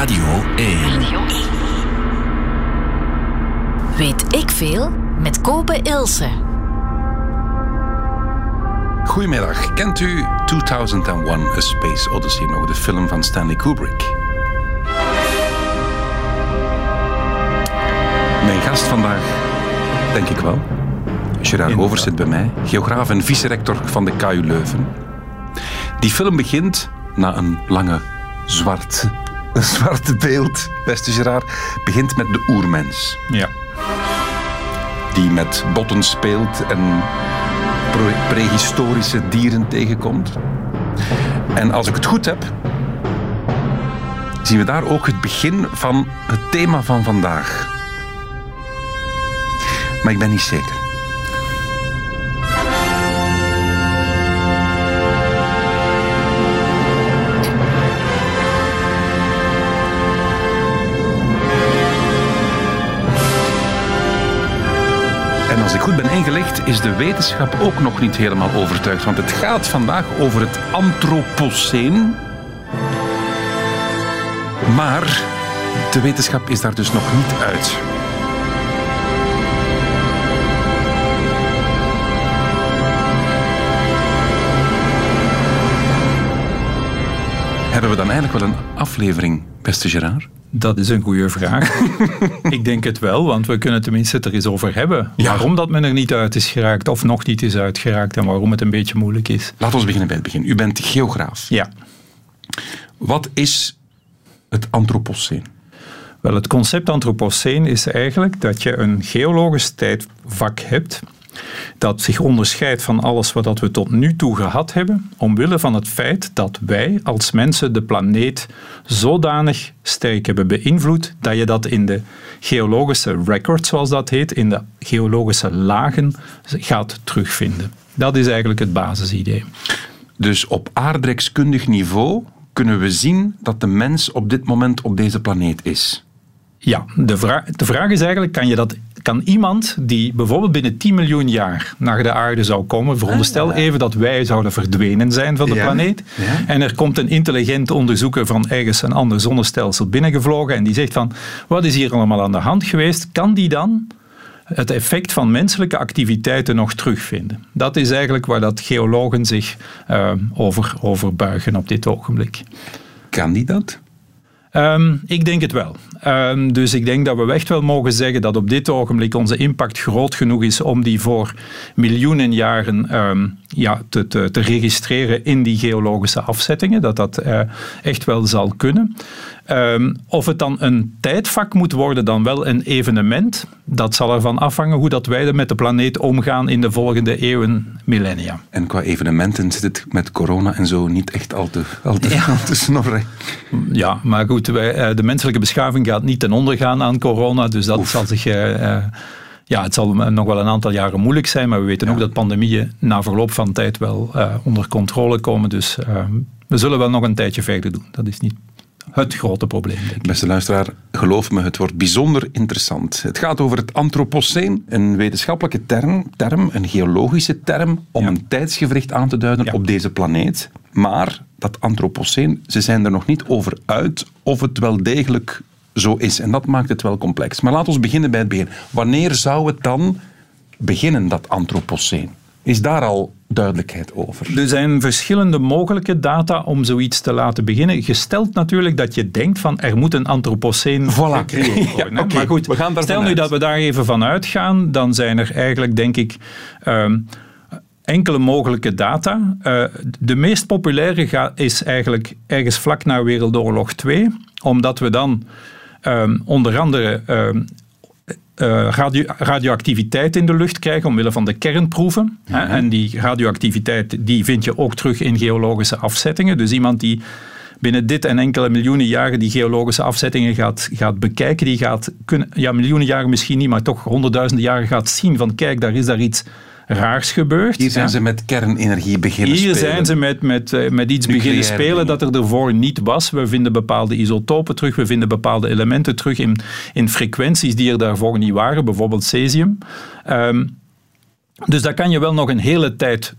Radio 1. Weet ik veel met Kobe Ilse. Goedemiddag. Kent u 2001 A Space Odyssey nog, de film van Stanley Kubrick? Mijn gast vandaag, denk ik wel. Gerard Govers zit bij mij, geograaf en vice-rector van de KU Leuven. Die film begint na een lange zwarte beeld, beste Gerard, begint met de oermens. Ja. Die met botten speelt en prehistorische dieren tegenkomt. En als ik het goed heb, zien we daar ook het begin van het thema van vandaag. Maar ik ben niet zeker. En als ik goed ben ingelicht, is de wetenschap ook nog niet helemaal overtuigd. Want het gaat vandaag over het Anthropoceen. Maar de wetenschap is daar dus nog niet uit. Hebben we dan eigenlijk wel een aflevering, beste Gerard? Dat is een goede vraag. Ik denk het wel, want we kunnen tenminste het er eens over hebben. Ja. Waarom dat men er niet uit is geraakt of nog niet is uitgeraakt en waarom het een beetje moeilijk is. Laten we beginnen bij het begin. U bent geograaf. Ja. Wat is het Anthropoceen? Wel, het concept Anthropoceen is eigenlijk dat je een geologisch tijdvak hebt dat zich onderscheidt van alles wat we tot nu toe gehad hebben, omwille van het feit dat wij als mensen de planeet zodanig sterk hebben beïnvloed dat je dat in de geologische record, zoals dat heet, in de geologische lagen gaat terugvinden. Dat is eigenlijk het basisidee. Dus op aardrijkskundig niveau kunnen we zien dat de mens op dit moment op deze planeet is? Ja, de vraag is eigenlijk, kan iemand die bijvoorbeeld binnen 10 miljoen jaar naar de aarde zou komen, veronderstel even dat wij zouden verdwenen zijn van de planeet, en er komt een intelligent onderzoeker van ergens een ander zonnestelsel binnengevlogen en die zegt van, wat is hier allemaal aan de hand geweest? Kan die dan het effect van menselijke activiteiten nog terugvinden? Dat is eigenlijk waar dat geologen zich over buigen op dit ogenblik. Kan die dat? Ik denk het wel. Dus ik denk dat we echt wel mogen zeggen dat op dit ogenblik onze impact groot genoeg is om die voor miljoenen jaren te registreren in die geologische afzettingen. Dat echt wel zal kunnen. Of het dan een tijdvak moet worden, dan wel een evenement. Dat zal ervan afhangen hoe dat wij met de planeet omgaan in de volgende eeuwen, millennia. En qua evenementen zit het met corona en zo niet echt al te snorren. Ja, maar goed, de menselijke beschaving gaat niet ten onder gaan aan corona, dus dat zal zich... het zal nog wel een aantal jaren moeilijk zijn, maar we weten ook dat pandemieën na verloop van tijd wel onder controle komen. Dus we zullen wel nog een tijdje verder doen. Dat is niet het grote probleem, denk ik. Beste luisteraar, geloof me, het wordt bijzonder interessant. Het gaat over het Anthropoceen, een wetenschappelijke term, een geologische term, om een tijdsgewricht aan te duiden op deze planeet. Maar dat Anthropoceen, ze zijn er nog niet over uit of het wel degelijk zo is. En dat maakt het wel complex. Maar laten we beginnen bij het begin. Wanneer zou het dan beginnen, dat Anthropoceen? Is daar al duidelijkheid over? Er zijn verschillende mogelijke data om zoiets te laten beginnen. Gesteld natuurlijk dat je denkt van er moet een Anthropoceen gecreëerd worden. Okay, maar goed, stel nu dat we daar even van uitgaan, dan zijn er eigenlijk, denk ik, enkele mogelijke data. De meest populaire is eigenlijk ergens vlak na Wereldoorlog 2, omdat we dan onder andere radioactiviteit in de lucht krijgen omwille van de kernproeven. Ja. En die radioactiviteit die vind je ook terug in geologische afzettingen. Dus iemand die binnen dit en enkele miljoenen jaren die geologische afzettingen gaat bekijken, die gaat miljoenen jaren misschien niet, maar toch 100.000 jaren gaat zien van kijk, daar is iets raars gebeurd. Hier zijn ze met kernenergie beginnen spelen. Hier zijn ze met iets beginnen spelen dat er ervoor niet was. We vinden bepaalde isotopen terug, we vinden bepaalde elementen terug in frequenties die er daarvoor niet waren, bijvoorbeeld cesium. Dus dat kan je wel nog een hele tijd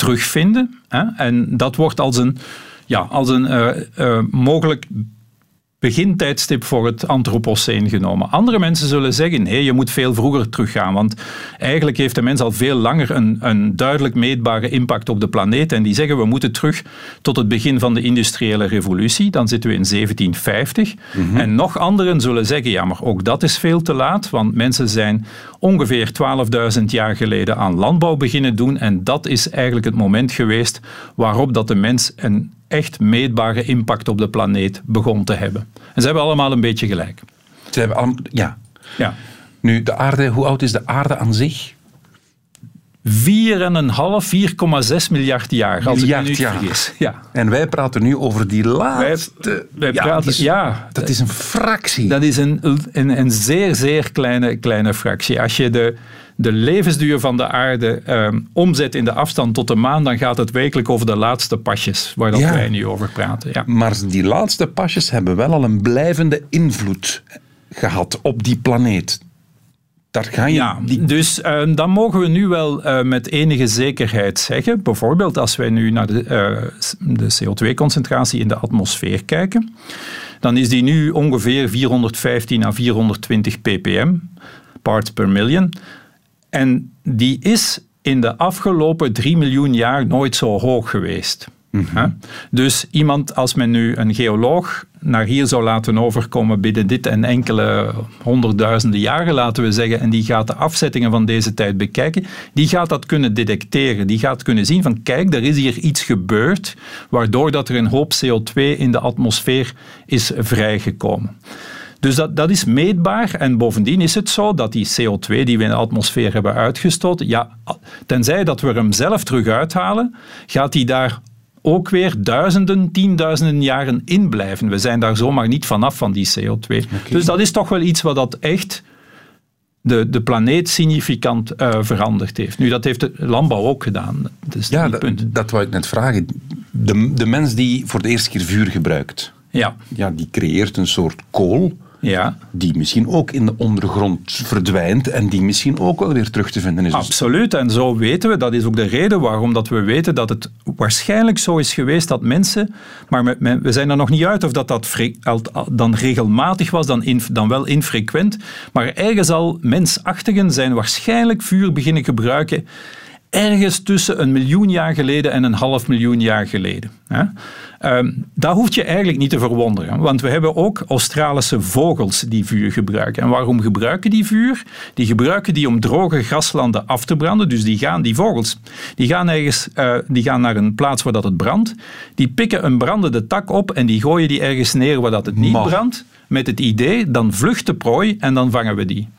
terugvinden. En dat wordt als een mogelijk begintijdstip voor het Anthropoceen genomen. Andere mensen zullen zeggen, nee, je moet veel vroeger teruggaan, want eigenlijk heeft de mens al veel langer een duidelijk meetbare impact op de planeet en die zeggen, we moeten terug tot het begin van de industriële revolutie, dan zitten we in 1750. En nog anderen zullen zeggen, ja, maar ook dat is veel te laat, want mensen zijn ongeveer 12.000 jaar geleden aan landbouw beginnen doen en dat is eigenlijk het moment geweest waarop dat de mens een echt meetbare impact op de planeet begon te hebben. En ze hebben allemaal een beetje gelijk. Ze hebben allemaal, ja. Nu, de aarde, hoe oud is de aarde aan zich? 4,6 miljard jaar, als ik me niet vergis. Ja. En wij praten nu over die laatste... Wij praten, dat is een fractie. Dat is een zeer, zeer kleine fractie. Als je de levensduur van de aarde omzet in de afstand tot de maan, dan gaat het werkelijk over de laatste pasjes waar dat wij nu over praten. Ja. Maar die laatste pasjes hebben wel al een blijvende invloed gehad op die planeet. Daar ga je dus dan mogen we nu wel met enige zekerheid zeggen, bijvoorbeeld als wij nu naar de CO2-concentratie in de atmosfeer kijken, dan is die nu ongeveer 415 à 420 ppm, parts per million. En die is in de afgelopen 3 miljoen jaar nooit zo hoog geweest. Dus als men nu een geoloog naar hier zou laten overkomen binnen dit en enkele honderdduizenden jaren, laten we zeggen, en die gaat de afzettingen van deze tijd bekijken, die gaat dat kunnen detecteren. Die gaat kunnen zien van, kijk, er is hier iets gebeurd, waardoor dat er een hoop CO2 in de atmosfeer is vrijgekomen. Dus dat is meetbaar en bovendien is het zo dat die CO2 die we in de atmosfeer hebben uitgestoten, tenzij dat we hem zelf terug uithalen, gaat die daar ook weer duizenden, tienduizenden jaren in blijven. We zijn daar zomaar niet vanaf van die CO2. Okay. Dus dat is toch wel iets wat dat echt de planeet significant veranderd heeft. Nu, dat heeft de landbouw ook gedaan. Dat is het punt. Dat wou ik net vragen. De mens die voor de eerste keer vuur gebruikt, die creëert een soort kool, die misschien ook in de ondergrond verdwijnt en die misschien ook wel weer terug te vinden is. Absoluut, en zo weten we, dat is ook de reden waarom dat we weten dat het waarschijnlijk zo is geweest dat mensen, maar we zijn er nog niet uit of dat dan regelmatig was, dan wel infrequent, maar ergens al mensachtigen zijn waarschijnlijk vuur beginnen gebruiken ergens tussen 1 miljoen jaar geleden en 500.000 jaar geleden. Daar hoef je eigenlijk niet te verwonderen, want we hebben ook Australische vogels die vuur gebruiken. En waarom gebruiken die vuur? Die gebruiken die om droge graslanden af te branden. Dus die vogels, die gaan naar een plaats waar dat het brandt. Die pikken een brandende tak op en die gooien die ergens neer waar dat het niet brandt. Met het idee, dan vlucht de prooi en dan vangen we die.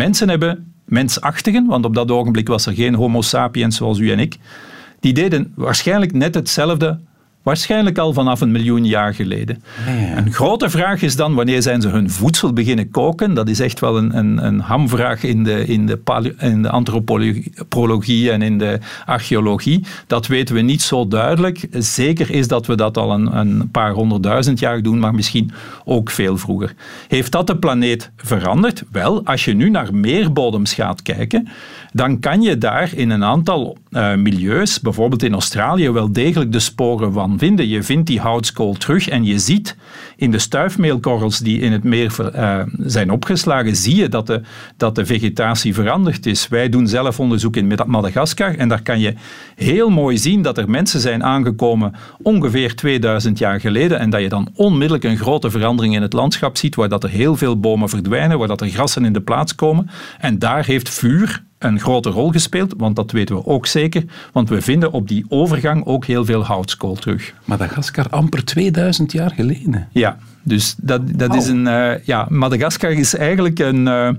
Mensachtigen, want op dat ogenblik was er geen homo sapiens zoals u en ik, die deden waarschijnlijk net hetzelfde, waarschijnlijk al vanaf 1 miljoen jaar geleden. Ja. Een grote vraag is dan, wanneer zijn ze hun voedsel beginnen koken? Dat is echt wel een hamvraag in de antropologie en in de archeologie. Dat weten we niet zo duidelijk. Zeker is dat we dat al een paar 100.000 jaar doen, maar misschien ook veel vroeger. Heeft dat de planeet veranderd? Wel, als je nu naar meerbodems gaat kijken, dan kan je daar in een aantal milieus, bijvoorbeeld in Australië, wel degelijk de sporen van vinden. Je vindt die houtskool terug en je ziet in de stuifmeelkorrels die in het meer zijn opgeslagen, zie je dat de vegetatie veranderd is. Wij doen zelf onderzoek in Madagaskar en daar kan je heel mooi zien dat er mensen zijn aangekomen ongeveer 2000 jaar geleden en dat je dan onmiddellijk een grote verandering in het landschap ziet, waar dat er heel veel bomen verdwijnen, waar dat er grassen in de plaats komen. En daar heeft vuur een grote rol gespeeld, want dat weten we ook zeker, want we vinden op die overgang ook heel veel houtskool terug. Madagaskar amper 2000 jaar geleden. Ja, dus dat is Madagaskar is eigenlijk een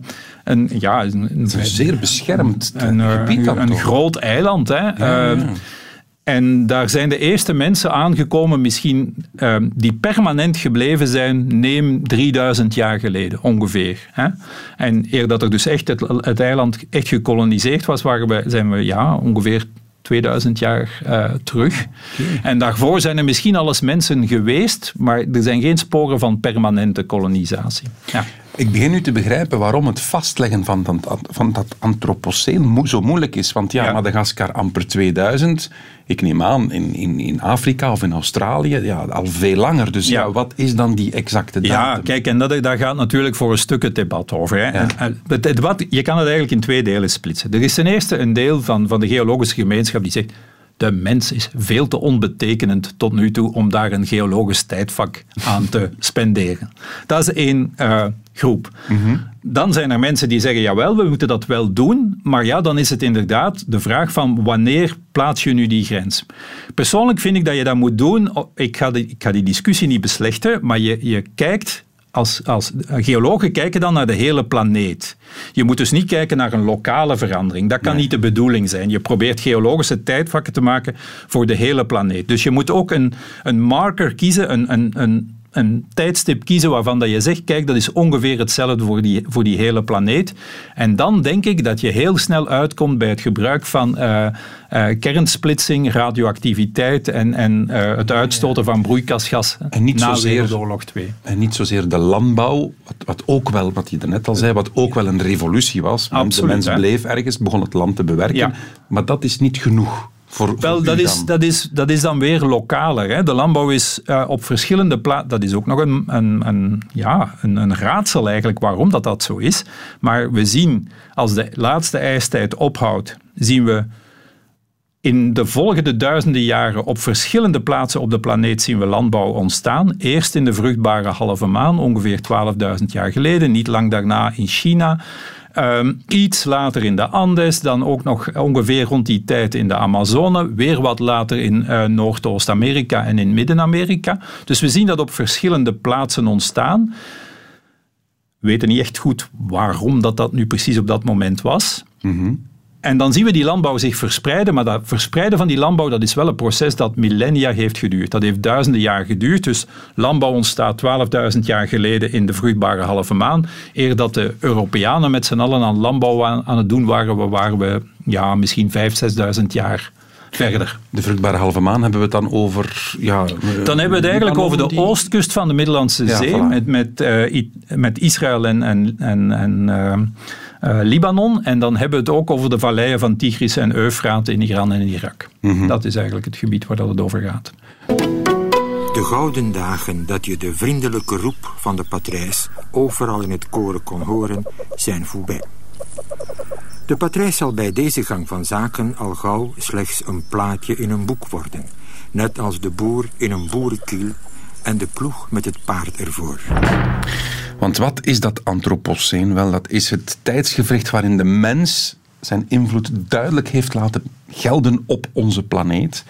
zeer beschermd gebied. Een groot eiland, hè. Ja. En daar zijn de eerste mensen aangekomen, misschien die permanent gebleven zijn, neem 3000 jaar geleden ongeveer. Hè? En eer dat er dus echt het eiland echt gekoloniseerd was, zijn we ongeveer 2000 jaar terug. Okay. En daarvoor zijn er misschien al eens mensen geweest, maar er zijn geen sporen van permanente kolonisatie. Ja. Ik begin nu te begrijpen waarom het vastleggen van dat antropoceen zo moeilijk is. Want Madagaskar amper 2000. Ik neem aan, in Afrika of in Australië al veel langer. Dus wat is dan die exacte datum? Ja, kijk, en daar gaat natuurlijk voor een stuk het debat over. Hè. Ja. Het debat, je kan het eigenlijk in 2 delen splitsen. Er is ten eerste een deel van de geologische gemeenschap die zegt... De mens is veel te onbetekenend tot nu toe om daar een geologisch tijdvak aan te spenderen. Dat is 1 groep. Mm-hmm. Dan zijn er mensen die zeggen, jawel, we moeten dat wel doen, maar dan is het inderdaad de vraag van wanneer plaats je nu die grens. Persoonlijk vind ik dat je dat moet doen. Ik ga die discussie niet beslechten, maar je kijkt... Als geologen kijken dan naar de hele planeet. Je moet dus niet kijken naar een lokale verandering. Dat kan niet de bedoeling zijn. Je probeert geologische tijdvakken te maken voor de hele planeet. Dus je moet ook een marker kiezen, een tijdstip kiezen waarvan dat je zegt, kijk, dat is ongeveer hetzelfde voor die hele planeet. En dan denk ik dat je heel snel uitkomt bij het gebruik van kernsplitsing, radioactiviteit en het uitstoten van broeikasgassen na Wereldoorlog 2. En niet zozeer de landbouw, wat ook wel, wat je net al zei, wat ook wel een revolutie was. Absoluut, de mens bleef ergens, begon het land te bewerken. Ja. Maar dat is niet genoeg. Dat is dan weer lokaler. Hè. De landbouw is op verschillende plaatsen... Dat is ook nog een raadsel eigenlijk waarom dat zo is. Maar we zien, als de laatste ijstijd ophoudt, zien we in de volgende duizenden jaren op verschillende plaatsen op de planeet zien we landbouw ontstaan. Eerst in de vruchtbare halve maan, ongeveer 12.000 jaar geleden. Niet lang daarna in China. Iets later in de Andes, dan ook nog ongeveer rond die tijd in de Amazone, weer wat later in Noordoost-Amerika en in Midden-Amerika. Dus we zien dat op verschillende plaatsen ontstaan. We weten niet echt goed waarom dat nu precies op dat moment was. Mm-hmm. En dan zien we die landbouw zich verspreiden, maar dat verspreiden van die landbouw, dat is wel een proces dat millennia heeft geduurd. Dat heeft duizenden jaar geduurd, dus landbouw ontstaat 12.000 jaar geleden in de vruchtbare halve maan. Eer dat de Europeanen met z'n allen aan landbouw aan het doen waren we misschien 5.000-6.000 jaar verder. De vruchtbare halve maan hebben we het dan over... dan hebben we het eigenlijk over de oostkust van de Middellandse Zee, voilà. met Israël en Libanon. En dan hebben we het ook over de valleien van Tigris en Eufraat in Iran en Irak. Mm-hmm. Dat is eigenlijk het gebied waar het over gaat. De gouden dagen dat je de vriendelijke roep van de patrijs overal in het koren kon horen, zijn voorbij. De patrijs zal bij deze gang van zaken al gauw slechts een plaatje in een boek worden. Net als de boer in een boerenkiel en de ploeg met het paard ervoor. Want wat is dat antropoceen? Wel, dat is het tijdsgewricht waarin de mens zijn invloed duidelijk heeft laten gelden op onze planeet.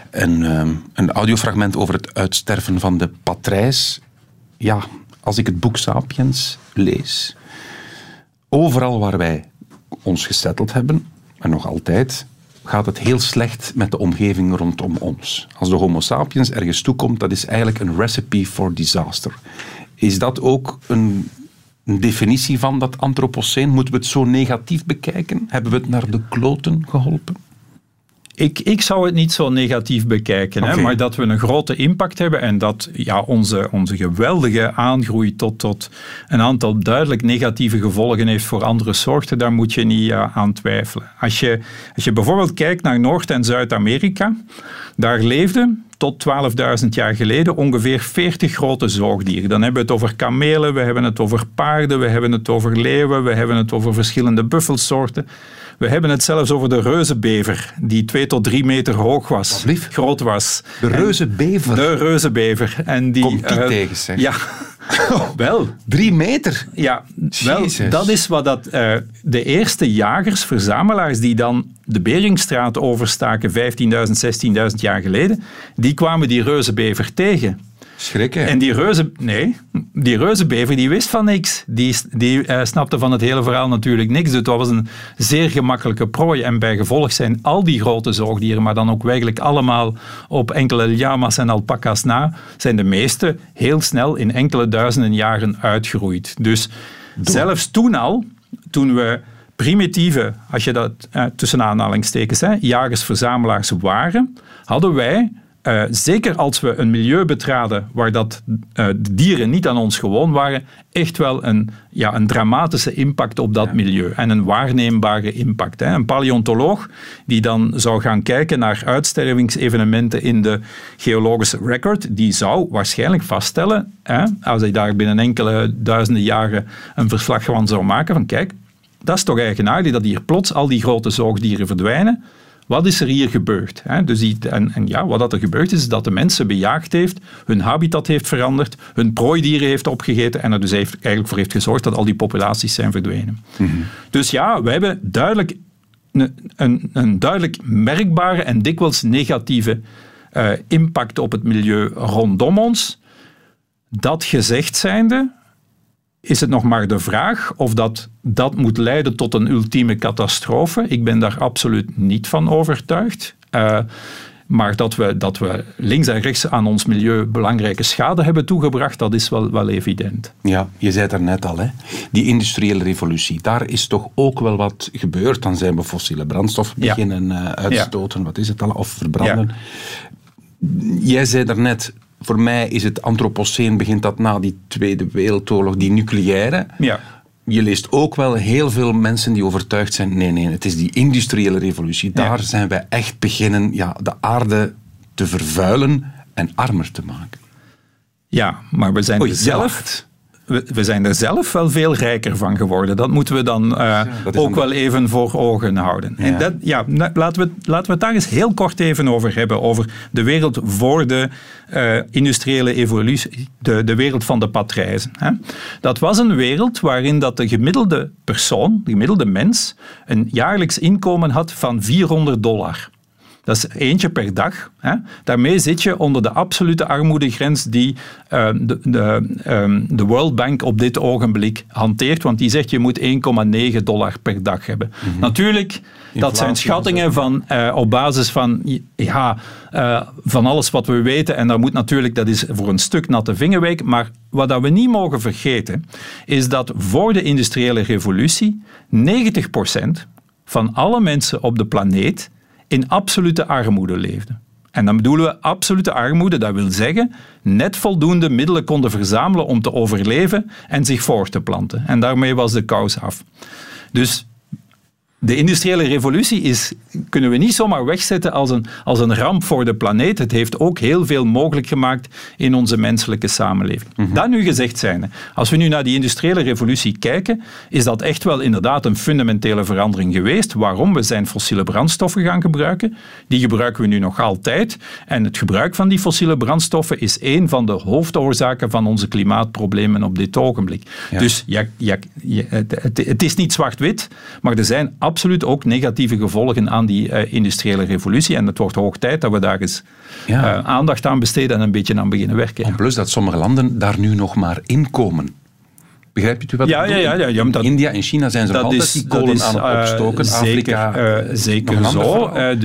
Een audiofragment over het uitsterven van de patrijs. Ja, als ik het boek Sapiens lees, overal waar wij ons gesetteld hebben, en nog altijd, gaat het heel slecht met de omgeving rondom ons. Als de homo sapiens ergens toekomt, dat is eigenlijk een recipe for disaster. Is dat ook een definitie van dat antropoceen? Moeten we het zo negatief bekijken? Hebben we het naar de kloten geholpen? Ik zou het niet zo negatief bekijken, okay. Maar dat we een grote impact hebben en dat onze geweldige aangroei tot een aantal duidelijk negatieve gevolgen heeft voor andere soorten, daar moet je niet aan twijfelen. Als je bijvoorbeeld kijkt naar Noord- en Zuid-Amerika, daar leefden tot 12.000 jaar geleden ongeveer 40 grote zoogdieren. Dan hebben we het over kamelen, we hebben het over paarden, we hebben het over leeuwen, we hebben het over verschillende buffelsoorten. We hebben het zelfs over de reuzenbever, die 2 tot 3 meter hoog was. Groot was. De reuzenbever? De reuzenbever. En die, komt die tegen, zeg? Ja. Wel. 3 meter? Ja, wel, dat is wat de eerste jagers-verzamelaars die dan de Beringstraat overstaken 15.000, 16.000 jaar geleden, die kwamen die reuzenbever tegen. Schrikken. En die reuzenbever die wist van niks. Die snapte van het hele verhaal natuurlijk niks. Dus het was een zeer gemakkelijke prooi. En bij gevolg zijn al die grote zoogdieren, maar dan ook eigenlijk allemaal op enkele llama's en alpaca's na, zijn de meeste heel snel in enkele duizenden jaren uitgeroeid. Dus zelfs toen we primitieve, als je dat tussen aanhalingstekens, jagers-verzamelaars waren, hadden wij zeker als we een milieu betraden waar de dieren niet aan ons gewoon waren, echt wel een dramatische impact op dat milieu en een waarneembare impact. Een paleontoloog die dan zou gaan kijken naar uitstervingsevenementen in de geologische record, die zou waarschijnlijk vaststellen, als hij daar binnen enkele duizenden jaren een verslag van zou maken, van kijk, dat is toch eigenaardig dat hier plots al die grote zoogdieren verdwijnen. Wat is er hier gebeurd? Dus wat er gebeurd is dat de mensen bejaagd heeft, hun habitat heeft veranderd, hun prooidieren heeft opgegeten en er dus eigenlijk voor heeft gezorgd dat al die populaties zijn verdwenen. Mm-hmm. Dus ja, we hebben duidelijk een duidelijk merkbare en dikwijls negatieve impact op het milieu rondom ons. Dat gezegd zijnde, is het nog maar de vraag of dat moet leiden tot een ultieme catastrofe. Ik ben daar absoluut niet van overtuigd. Maar dat we links en rechts aan ons milieu belangrijke schade hebben toegebracht, dat is wel evident. Ja, je zei het er net al, hè? Die industriële revolutie, daar is toch ook wel wat gebeurd. Dan zijn we fossiele brandstoffen beginnen uitstoten, wat is het al, of verbranden. Ja. Jij zei daarnet, voor mij is het Anthropoceen, begint dat na die Tweede Wereldoorlog, die nucleaire. Ja. Je leest ook wel heel veel mensen die overtuigd zijn, nee, het is die industriële revolutie. Daar zijn wij echt beginnen de aarde te vervuilen en armer te maken. Ja, maar we zijn we zijn er zelf wel veel rijker van geworden. Dat moeten we dan ook wel even voor ogen houden. Ja. En laten we het daar eens heel kort even over hebben. Over de wereld voor de industriële evolutie. De wereld van de patrijzen. Dat was een wereld waarin dat de gemiddelde persoon, de gemiddelde mens, een jaarlijks inkomen had van $400. Dat is eentje per dag. Daarmee zit je onder de absolute armoedegrens die de World Bank op dit ogenblik hanteert. Want die zegt je moet $1,9 per dag hebben. Mm-hmm. Natuurlijk, dat zijn schattingen op basis van alles wat we weten. En daar moet natuurlijk, dat is voor een stuk natte vingerwerk. Maar wat we niet mogen vergeten, is dat voor de industriële revolutie 90% van alle mensen op de planeet in absolute armoede leefden. En dan bedoelen we absolute armoede, dat wil zeggen net voldoende middelen konden verzamelen om te overleven en zich voort te planten. En daarmee was de kous af. Dus de industriële revolutie kunnen we niet zomaar wegzetten als een ramp voor de planeet. Het heeft ook heel veel mogelijk gemaakt in onze menselijke samenleving. Mm-hmm. Dat nu gezegd zijnde, als we nu naar die industriële revolutie kijken, is dat echt wel inderdaad een fundamentele verandering geweest. Waarom? We zijn fossiele brandstoffen gaan gebruiken. Die gebruiken we nu nog altijd. En het gebruik van die fossiele brandstoffen is een van de hoofdoorzaken van onze klimaatproblemen op dit ogenblik. Ja. Dus het is niet zwart-wit, maar er zijn absoluut ook negatieve gevolgen aan die industriële revolutie. En het wordt hoog tijd dat we daar eens aandacht aan besteden en een beetje aan beginnen werken. En plus dat sommige landen daar nu nog maar in komen. Begrijp je wat ik bedoel? In India en China zijn ze nog altijd die kolen aan het opstoken. Afrika zeker zo.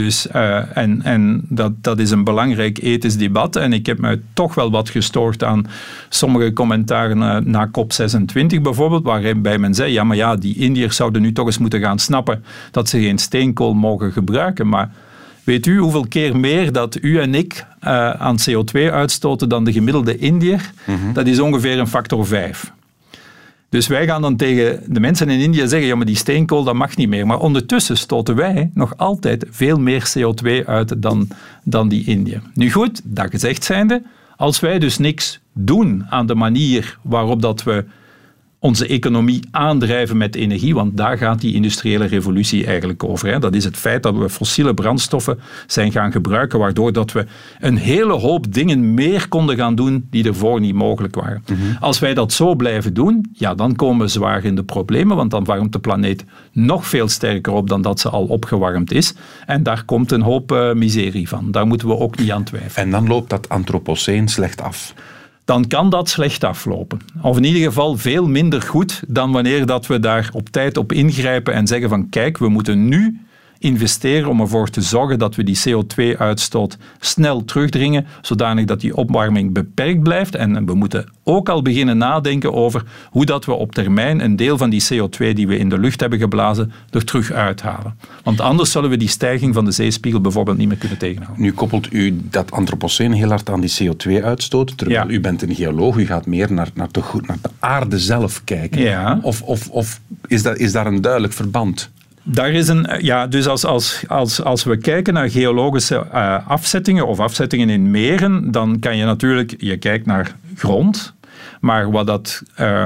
En dat is een belangrijk ethisch debat. En ik heb mij toch wel wat gestoord aan sommige commentaren na COP26 bijvoorbeeld, waarbij men zei, die Indiërs zouden nu toch eens moeten gaan snappen dat ze geen steenkool mogen gebruiken. Maar weet u hoeveel keer meer dat u en ik aan CO2 uitstoten dan de gemiddelde Indiër? Mm-hmm. Dat is ongeveer een factor 5. Dus wij gaan dan tegen de mensen in India zeggen, maar die steenkool, dat mag niet meer. Maar ondertussen stoten wij nog altijd veel meer CO2 uit dan die Indië. Nu goed, dat gezegd zijnde, als wij dus niks doen aan de manier waarop dat we onze economie aandrijven met energie, want daar gaat die industriële revolutie eigenlijk over. Dat is het feit dat we fossiele brandstoffen zijn gaan gebruiken, waardoor dat we een hele hoop dingen meer konden gaan doen die ervoor niet mogelijk waren. Mm-hmm. Als wij dat zo blijven doen, dan komen we zwaar in de problemen, want dan warmt de planeet nog veel sterker op dan dat ze al opgewarmd is. En daar komt een hoop miserie van. Daar moeten we ook niet aan twijfelen. En dan loopt dat Anthropoceen slecht af. Dan kan dat slecht aflopen. Of in ieder geval veel minder goed dan wanneer dat we daar op tijd op ingrijpen en zeggen van kijk, we moeten nu investeren om ervoor te zorgen dat we die CO2-uitstoot snel terugdringen, zodanig dat die opwarming beperkt blijft. En we moeten ook al beginnen nadenken over hoe dat we op termijn een deel van die CO2 die we in de lucht hebben geblazen er terug uithalen. Want anders zullen we die stijging van de zeespiegel bijvoorbeeld niet meer kunnen tegenhouden. Nu koppelt u dat antropoceen heel hard aan die CO2-uitstoot, terwijl u bent een geoloog, u gaat meer naar de aarde zelf kijken. Ja. Of is daar een duidelijk verband? Daar is dus als we kijken naar geologische afzettingen of afzettingen in meren, dan kan je natuurlijk, je kijkt naar grond, maar wat dat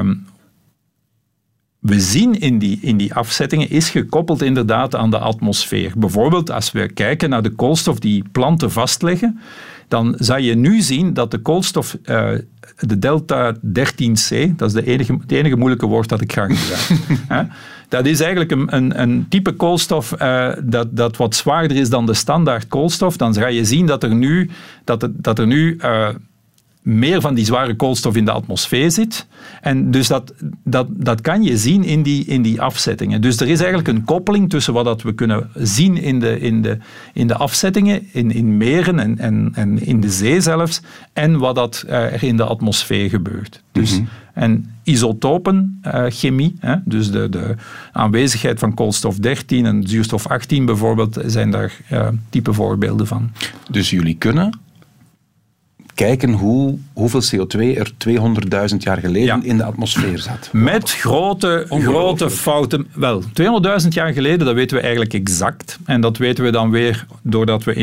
we zien in die afzettingen is gekoppeld inderdaad aan de atmosfeer. Bijvoorbeeld als we kijken naar de koolstof die planten vastleggen, dan zou je nu zien dat de koolstof, de delta 13C, dat is het enige moeilijke woord dat ik ga gebruiken. Dat is eigenlijk een type koolstof dat wat zwaarder is dan de standaard koolstof. Dan ga je zien dat er nu meer van die zware koolstof in de atmosfeer zit. En dus dat kan je zien in die afzettingen. Dus er is eigenlijk een koppeling tussen wat dat we kunnen zien in de afzettingen, in meren en in de zee zelfs, en wat dat er in de atmosfeer gebeurt. Dus, en isotopenchemie, dus de aanwezigheid van koolstof 13 en zuurstof 18 bijvoorbeeld, zijn daar type voorbeelden van. Dus jullie kunnen kijken hoeveel CO2 er 200.000 jaar geleden in de atmosfeer zat. Met grote fouten. Wel, 200.000 jaar geleden, dat weten we eigenlijk exact. En dat weten we dan weer doordat we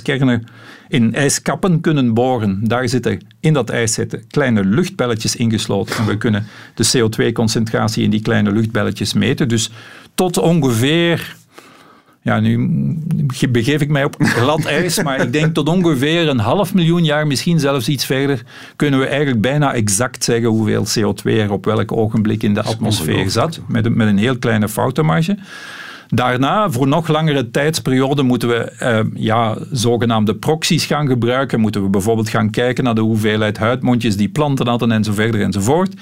in ijskappen kunnen boren. Daar zitten, in dat ijs zitten kleine luchtbelletjes ingesloten. En we kunnen de CO2-concentratie in die kleine luchtbelletjes meten. Dus tot ongeveer... Ja, nu begeef ik mij op glad ijs, maar ik denk tot ongeveer 500.000 jaar, misschien zelfs iets verder, kunnen we eigenlijk bijna exact zeggen hoeveel CO2 er op welk ogenblik in de atmosfeer zat, met een heel kleine foutenmarge. Daarna, voor nog langere tijdsperiode, moeten we zogenaamde proxies gaan gebruiken. Moeten we bijvoorbeeld gaan kijken naar de hoeveelheid huidmondjes die planten hadden en zo verder enzovoort.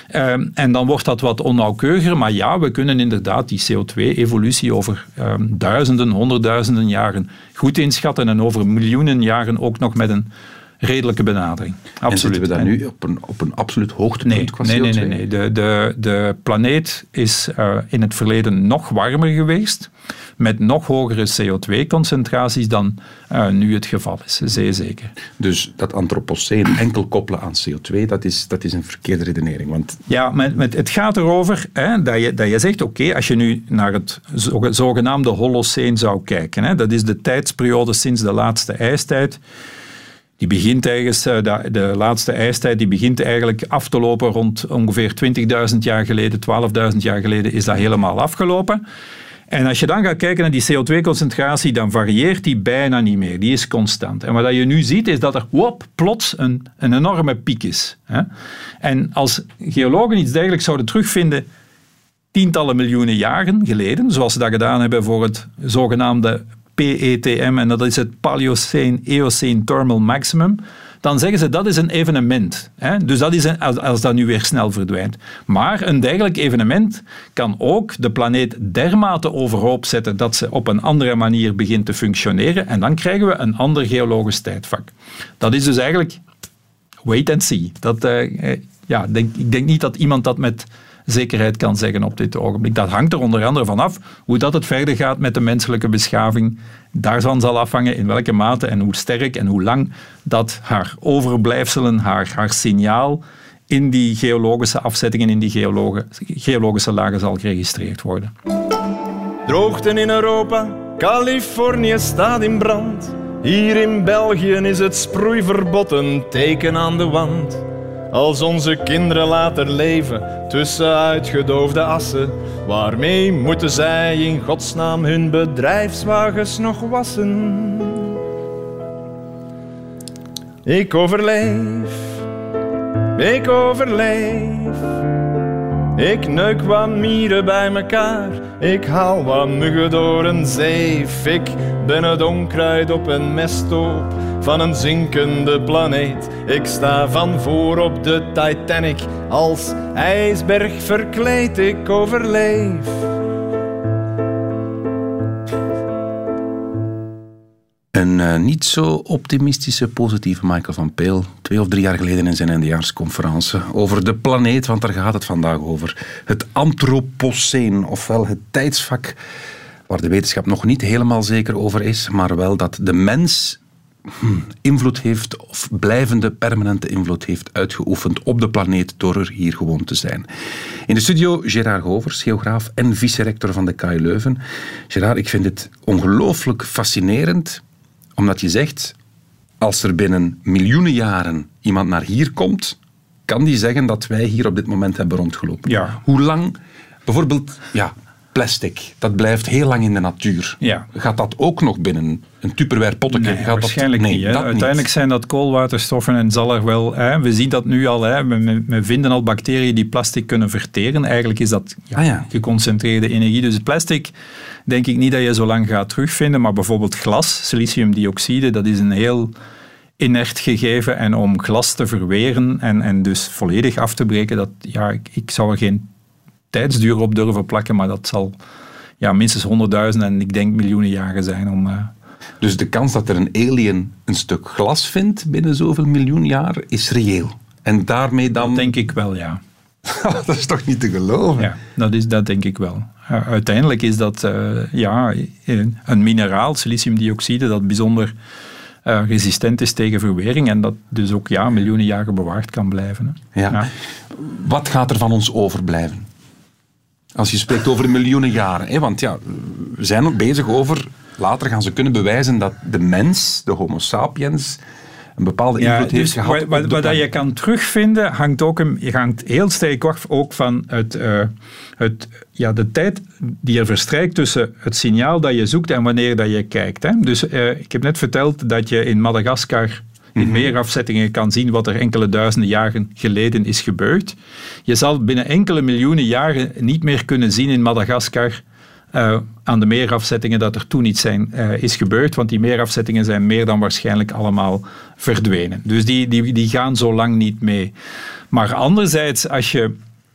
En dan wordt dat wat onnauwkeuriger. Maar ja, we kunnen inderdaad die CO2-evolutie over duizenden, honderdduizenden jaren goed inschatten en over miljoenen jaren ook nog met een redelijke benadering. Absoluut. En zitten we daar nu op een absoluut hoogtepunt qua CO2? Nee. De planeet is in het verleden nog warmer geweest, met nog hogere CO2-concentraties dan nu het geval is. Zeer zeker. Dus dat antropoceen enkel koppelen aan CO2, dat is een verkeerde redenering. Want... Ja, het gaat erover dat je zegt, oké, als je nu naar het zogenaamde Holoceen zou kijken, dat is de tijdsperiode sinds de laatste ijstijd. Die begint ergens, de laatste ijstijd, die begint eigenlijk af te lopen rond ongeveer 20.000 jaar geleden, 12.000 jaar geleden is dat helemaal afgelopen. En als je dan gaat kijken naar die CO2-concentratie, dan varieert die bijna niet meer. Die is constant. En wat je nu ziet, is dat er plots een enorme piek is. En als geologen iets dergelijks zouden terugvinden tientallen miljoenen jaren geleden, zoals ze dat gedaan hebben voor het zogenaamde PETM, en dat is het Paleocene-Eocene Thermal Maximum, dan zeggen ze dat is een evenement. Dus dat is als dat nu weer snel verdwijnt. Maar een dergelijk evenement kan ook de planeet dermate overhoop zetten dat ze op een andere manier begint te functioneren en dan krijgen we een ander geologisch tijdvak. Dat is dus eigenlijk wait and see. Ik denk niet dat iemand dat met zekerheid kan zeggen op dit ogenblik. Dat hangt er onder andere vanaf hoe dat het verder gaat met de menselijke beschaving. Daarvan zal afhangen in welke mate en hoe sterk en hoe lang dat haar overblijfselen, haar signaal in die geologische afzettingen, in die geologische lagen zal geregistreerd worden. Droogten in Europa, Californië staat in brand. Hier in België is het sproeiverbod een teken aan de wand. Als onze kinderen later leven tussen uitgedoofde assen, waarmee moeten zij in godsnaam hun bedrijfswagens nog wassen? Ik overleef. Ik neuk wat mieren bij mekaar, ik haal wat muggen door een zeef. Ik ben het onkruid op een mesthoop van een zinkende planeet. Ik sta van voor op de Titanic, als ijsberg verkleed. Ik overleef. Een niet zo optimistische, positieve Michael van Peel, 2 of 3 jaar geleden in zijn eindejaarsconferentie, over de planeet, want daar gaat het vandaag over. Het Anthropoceen, ofwel het tijdsvak waar de wetenschap nog niet helemaal zeker over is, maar wel dat de mens invloed heeft, of blijvende, permanente invloed heeft uitgeoefend op de planeet door er hier gewoon te zijn. In de studio Gerard Govers, geograaf en vice-rector van de KU Leuven. Gerard, ik vind het ongelooflijk fascinerend, omdat je zegt, als er binnen miljoenen jaren iemand naar hier komt, kan die zeggen dat wij hier op dit moment hebben rondgelopen. Ja. Hoe lang, bijvoorbeeld, plastic, dat blijft heel lang in de natuur. Ja. Gaat dat ook nog binnen een Tupperware potje? Nee, waarschijnlijk niet. Uiteindelijk zijn dat koolwaterstoffen en zal er wel... we zien dat nu al. We vinden al bacteriën die plastic kunnen verteren. Eigenlijk is dat geconcentreerde energie. Dus plastic denk ik niet dat je zo lang gaat terugvinden. Maar bijvoorbeeld glas, siliciumdioxide, dat is een heel inert gegeven. En om glas te verweren en dus volledig af te breken, ik zou er geen tijdsduur op durven plakken, maar dat zal minstens 100.000 en ik denk miljoenen jaren zijn. Dus de kans dat er een alien een stuk glas vindt binnen zoveel miljoen jaar is reëel. En daarmee dan... Dat denk ik wel, ja. Dat is toch niet te geloven? Ja, dat denk ik wel. Uiteindelijk is dat een mineraal, siliciumdioxide, dat bijzonder resistent is tegen verwering en dat dus ook miljoenen jaren bewaard kan blijven. Hè. Ja. Wat gaat er van ons overblijven? Als je spreekt over miljoenen jaren. Hè? Want we zijn ook bezig over... Later gaan ze kunnen bewijzen dat de mens, de homo sapiens, een bepaalde invloed heeft gehad. Wat je kan terugvinden, hangt heel sterk af ook van de tijd die er verstrijkt tussen het signaal dat je zoekt en wanneer dat je kijkt. Hè? Dus ik heb net verteld dat je in Madagaskar in meerafzettingen kan zien wat er enkele duizenden jaren geleden is gebeurd. Je zal binnen enkele miljoenen jaren niet meer kunnen zien in Madagaskar aan de meerafzettingen dat er toen iets is gebeurd, want die meerafzettingen zijn meer dan waarschijnlijk allemaal verdwenen. Dus die gaan zo lang niet mee. Maar anderzijds, als je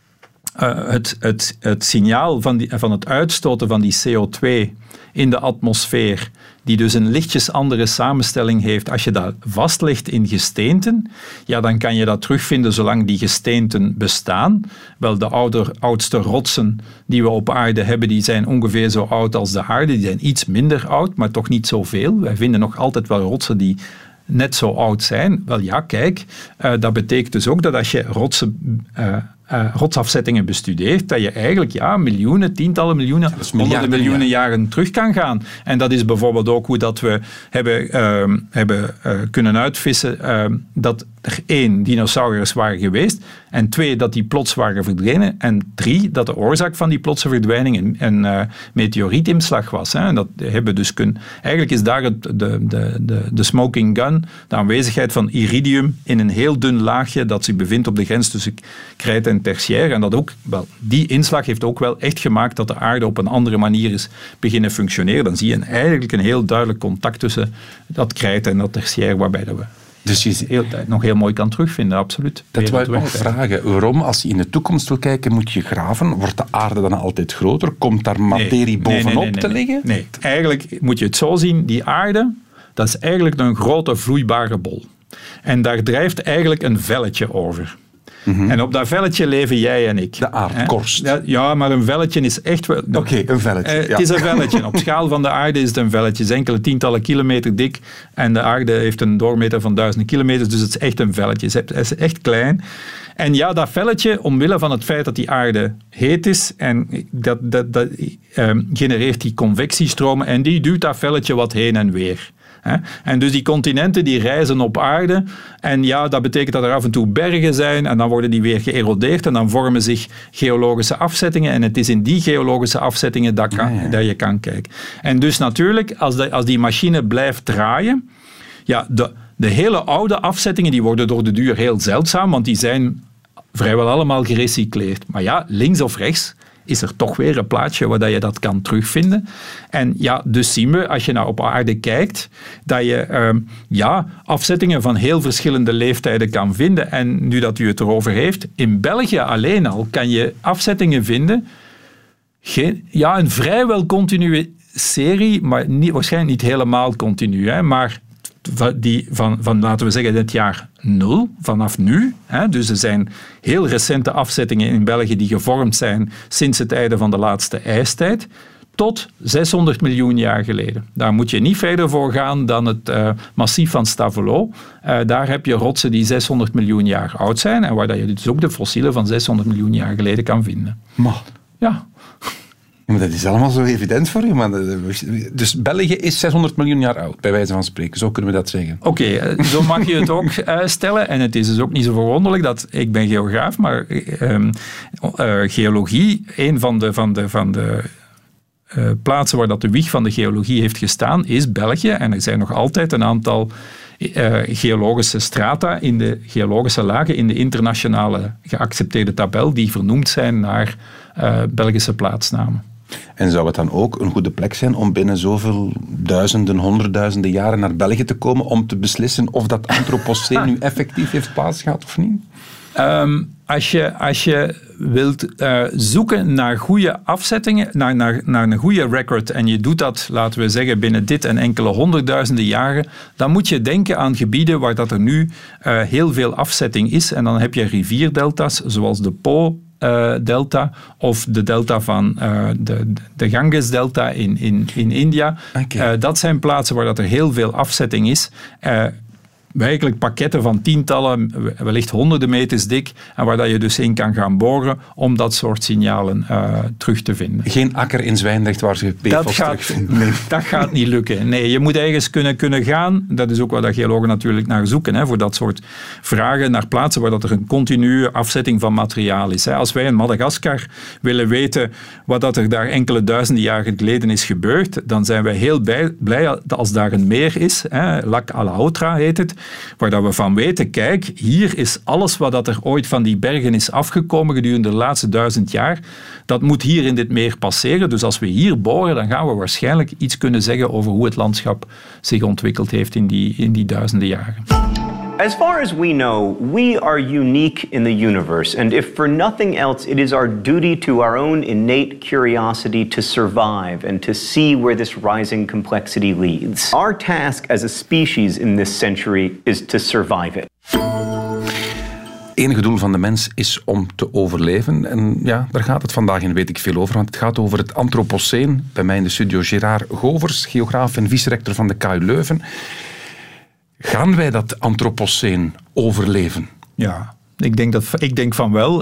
het signaal van het uitstoten van die CO2 in de atmosfeer, die dus een lichtjes andere samenstelling heeft, als je dat vastlegt in gesteenten, dan kan je dat terugvinden zolang die gesteenten bestaan. Wel, de oudste rotsen die we op aarde hebben, die zijn ongeveer zo oud als de aarde. Die zijn iets minder oud, maar toch niet zoveel. Wij vinden nog altijd wel rotsen die net zo oud zijn. Wel kijk, dat betekent dus ook dat als je rotsafzettingen bestudeert, dat je eigenlijk miljoenen, tientallen miljoenen, honderden miljoenen jaren terug kan gaan. En dat is bijvoorbeeld ook hoe dat we hebben kunnen uitvissen dat er 1, dinosauriërs waren geweest, en 2, dat die plots waren verdwenen, en 3, dat de oorzaak van die plotse verdwijning een meteorietinslag was. Hè. En dat hebben we dus eigenlijk is daar de smoking gun, de aanwezigheid van iridium in een heel dun laagje dat zich bevindt op de grens tussen krijt en tertiair. En dat ook, die inslag heeft ook wel echt gemaakt dat de aarde op een andere manier is beginnen functioneren. Dan zie je eigenlijk een heel duidelijk contact tussen dat krijt en dat tertiair, waarbij dat we dus je nog heel mooi kan terugvinden, absoluut. Dat wou ik nog vragen. Waarom, als je in de toekomst wil kijken, moet je graven? Wordt de aarde dan altijd groter? Komt daar materie bovenop te liggen? Nee, eigenlijk moet je het zo zien. Die aarde, dat is eigenlijk een grote vloeibare bol. En daar drijft eigenlijk een velletje over. Mm-hmm. En op dat velletje leven jij en ik. De aardkorst. Ja, maar een velletje is echt wel... Oké, een velletje. Het is een velletje. Op schaal van de aarde is het een velletje. Het is enkele tientallen kilometer dik. En de aarde heeft een doorsnede van 1000 kilometer. Dus het is echt een velletje. Het is echt klein. En dat velletje, omwille van het feit dat die aarde heet is, en dat genereert die convectiestromen. En die duwt dat velletje wat heen en weer. En dus die continenten die reizen op aarde en dat betekent dat er af en toe bergen zijn en dan worden die weer geërodeerd en dan vormen zich geologische afzettingen en het is in die geologische afzettingen dat je kan kijken. En dus natuurlijk, als die machine blijft draaien, de hele oude afzettingen die worden door de duur heel zeldzaam, want die zijn vrijwel allemaal gerecycleerd. Maar links of rechts is er toch weer een plaatsje waar je dat kan terugvinden. En dus zien we, als je nou op aarde kijkt, dat je afzettingen van heel verschillende leeftijden kan vinden. En nu dat u het erover heeft, in België alleen al kan je afzettingen vinden, een vrijwel continue serie, maar waarschijnlijk niet helemaal continu. Hè, maar van laten we zeggen, het jaar 0, vanaf nu. Hè, dus er zijn heel recente afzettingen in België die gevormd zijn sinds het einde van de laatste ijstijd, tot 600 miljoen jaar geleden. Daar moet je niet verder voor gaan dan het massief van Stavelot. Daar heb je rotsen die 600 miljoen jaar oud zijn en waar je dus ook de fossielen van 600 miljoen jaar geleden kan vinden. Maar. Ja. Maar dat is allemaal zo evident voor je. Dus België is 600 miljoen jaar oud, bij wijze van spreken. Zo kunnen we dat zeggen. Oké, zo mag je het ook stellen. En het is dus ook niet zo verwonderlijk dat ik ben geograaf, maar geologie, een van de plaatsen waar dat de wieg van de geologie heeft gestaan, is België. En er zijn nog altijd een aantal geologische strata in de geologische lagen in de internationale geaccepteerde tabel die vernoemd zijn naar Belgische plaatsnamen. En zou het dan ook een goede plek zijn om binnen zoveel duizenden, honderdduizenden jaren naar België te komen om te beslissen of dat Anthropoceen nu effectief heeft plaatsgehad of niet? Als je wilt zoeken naar goede afzettingen, naar een goede record, en je doet dat, laten we zeggen, binnen dit en enkele honderdduizenden jaren, dan moet je denken aan gebieden waar dat er nu heel veel afzetting is. En dan heb je rivierdelta's, zoals de Po-delta of de delta van de Ganges-delta in India. Okay. Dat zijn plaatsen waar dat er heel veel afzetting is. Werkelijk pakketten van tientallen, wellicht honderden meters dik, en waar dat je dus in kan gaan boren om dat soort signalen terug te vinden. Geen akker in Zwijndrecht waar ze PFAS terugvinden. Nee. Dat gaat niet lukken. Nee, je moet ergens kunnen gaan. Dat is ook wat geologen natuurlijk naar zoeken, hè, voor dat soort vragen, naar plaatsen waar dat er een continue afzetting van materiaal is. Hè. Als wij in Madagaskar willen weten wat dat er daar enkele duizenden jaren geleden is gebeurd, dan zijn wij heel blij als daar een meer is, hè, Lac Alaotra heet het, waar dat we van weten, kijk, hier is alles wat dat er ooit van die bergen is afgekomen gedurende de laatste 1000 jaar, dat moet hier in dit meer passeren. Dus als we hier boren, dan gaan we waarschijnlijk iets kunnen zeggen over hoe het landschap zich ontwikkeld heeft in die duizenden jaren. As far as we know, we are unique in the universe, and if for nothing else, it is our duty to our own innate curiosity to survive and to see where this rising complexity leads. Our task as a species in this century is to survive it. Het enige doel van de mens is om te overleven. En ja, daar gaat het vandaag in Weet ik Veel over. Want het gaat over het Anthropoceen. Bij mij in de studio Gerard Govers, geograaf en vice-rector van de KU Leuven. Gaan wij dat Anthropoceen overleven? Ja, ik denk van wel.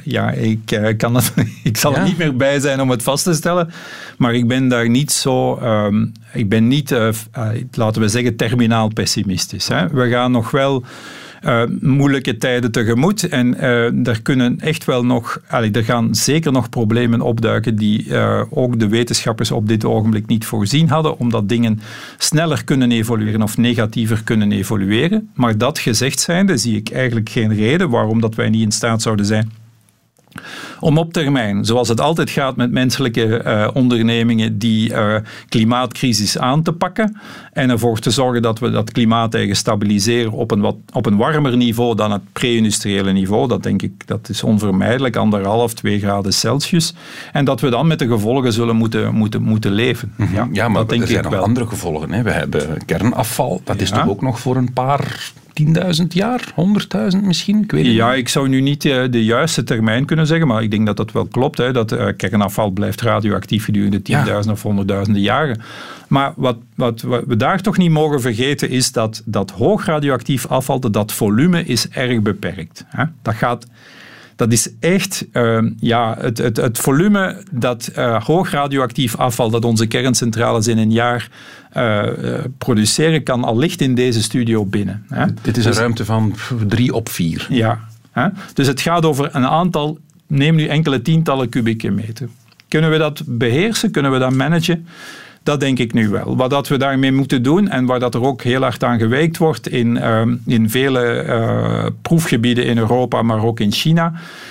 Ik zal er niet meer bij zijn om het vast te stellen. Maar ik ben daar niet zo... ik ben niet, laten we zeggen, terminaal pessimistisch. Hè. We gaan nog wel moeilijke tijden tegemoet. En er kunnen echt wel nog... er gaan zeker nog problemen opduiken die ook de wetenschappers op dit ogenblik niet voorzien hadden, omdat dingen sneller kunnen evolueren of negatiever kunnen evolueren. Maar dat gezegd zijnde zie ik eigenlijk geen reden waarom dat wij niet in staat zouden zijn om op termijn, zoals het altijd gaat met menselijke ondernemingen, die klimaatcrisis aan te pakken en ervoor te zorgen dat we dat klimaat eigenlijk stabiliseren op een warmer niveau dan het pre-industriële niveau. Dat denk ik, dat is onvermijdelijk, 1,5, 2 graden Celsius. En dat we dan met de gevolgen zullen moeten leven. Mm-hmm. Ja, maar er zijn nog andere gevolgen. Hè. We hebben kernafval, dat is toch ook nog voor een paar 10.000 jaar, 100.000 misschien? Ik weet het niet. Ik zou nu niet de juiste termijn kunnen zeggen, maar ik denk dat dat wel klopt. Hè, dat kernafval blijft radioactief gedurende 10.000 of 100.000 jaren. Maar wat we daar toch niet mogen vergeten is dat hoog radioactief afval, dat volume is erg beperkt. Hè. Dat is echt, het volume dat hoog radioactief afval dat onze kerncentrales in een jaar produceren, kan al licht in deze studio binnen. Hè. Dit is een ruimte van 3 op 4. Ja. Hè. Dus het gaat over een aantal, neem nu enkele tientallen kubieke meter. Kunnen we dat beheersen? Kunnen we dat managen? Dat denk ik nu wel. Wat dat we daarmee moeten doen en waar dat er ook heel hard aan gewerkt wordt in vele proefgebieden in Europa, maar ook in China.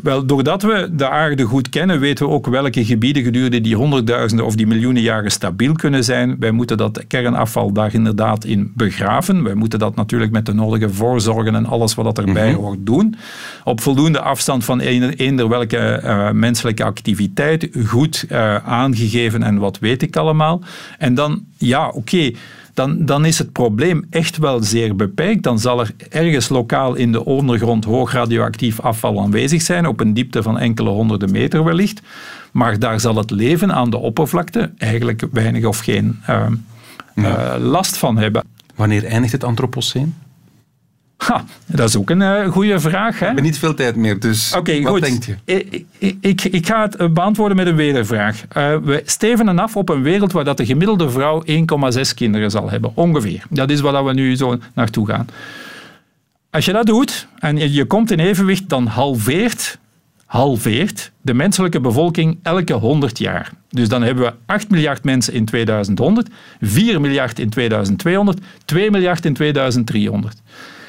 Wel, doordat we de aarde goed kennen, weten we ook welke gebieden gedurende die honderdduizenden of die miljoenen jaren stabiel kunnen zijn. Wij moeten dat kernafval daar inderdaad in begraven. Wij moeten dat natuurlijk met de nodige voorzorgen en alles wat erbij hoort doen. Op voldoende afstand van eender welke menselijke activiteit. Goed aangegeven en wat weet ik allemaal. En dan, Dan is het probleem echt wel zeer beperkt. Dan zal er ergens lokaal in de ondergrond hoog radioactief afval aanwezig zijn, op een diepte van enkele honderden meter wellicht. Maar daar zal het leven aan de oppervlakte eigenlijk weinig of geen last van hebben. Wanneer eindigt het Anthropoceen? Dat is ook een goede vraag. Hè? Ik heb niet veel tijd meer, dus wat denk je? Ik ga het beantwoorden met een wedervraag. We stevenen af op een wereld waar dat de gemiddelde vrouw 1,6 kinderen zal hebben, ongeveer. Dat is waar we nu zo naartoe gaan. Als je dat doet en je komt in evenwicht, dan halveert de menselijke bevolking elke 100 jaar. Dus dan hebben we 8 miljard mensen in 2100, 4 miljard in 2200, 2 miljard in 2300.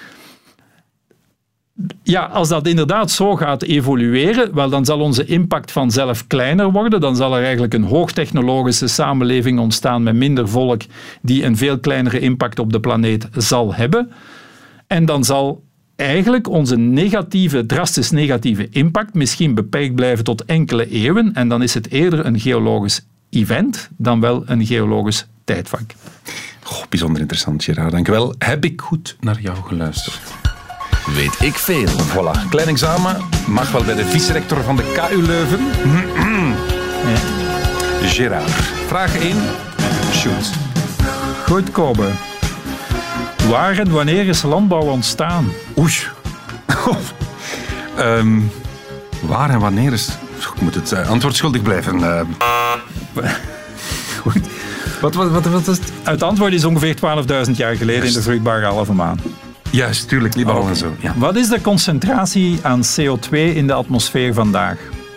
Ja, als dat inderdaad zo gaat evolueren, wel, dan zal onze impact vanzelf kleiner worden. Dan zal er eigenlijk een hoogtechnologische samenleving ontstaan met minder volk die een veel kleinere impact op de planeet zal hebben. En dan zal eigenlijk onze drastisch negatieve impact misschien beperkt blijven tot enkele eeuwen. En dan is het eerder een geologisch event dan wel een geologisch tijdvak. Bijzonder interessant, Gerard. Dank je wel. Heb ik goed naar jou geluisterd? Weet ik veel. Voilà, klein examen. Mag wel bij de vice-rector van de KU Leuven. Gerard. Vraag 1. Shoot. Goed, Kobe. Waar en wanneer is landbouw ontstaan? Oei. Waar en wanneer is... Ik moet het antwoord schuldig blijven. Goed. Wat is het? Het antwoord is ongeveer 12.000 jaar geleden in de vruchtbare halve maan. Juist, tuurlijk, Libanon en zo. Ja. Wat is de concentratie aan CO2 in de atmosfeer vandaag?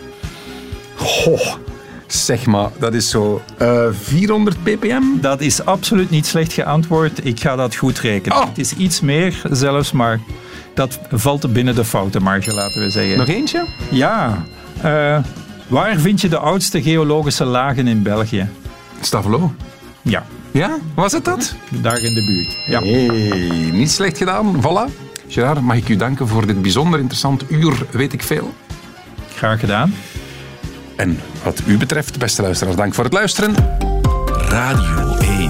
Zeg maar, dat is zo 400 ppm? Dat is absoluut niet slecht geantwoord. Ik ga dat goed rekenen. Het is iets meer zelfs, maar dat valt binnen de foutenmarge, laten we zeggen. Nog eentje? Ja. Waar vind je de oudste geologische lagen in België? Stavelo. Ja. Ja? Was het dat? Daar in de buurt. Ja. Hey, niet slecht gedaan. Voilà. Gerard, mag ik u danken voor dit bijzonder interessant uur, weet ik veel. Graag gedaan. En wat u betreft, beste luisteraars, dank voor het luisteren. Radio 1.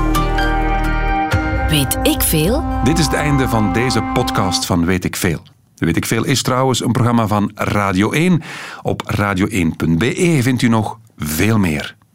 Weet ik veel? Dit is het einde van deze podcast van Weet ik veel. Weet ik veel is trouwens een programma van Radio 1. Op radio1.be vindt u nog veel meer.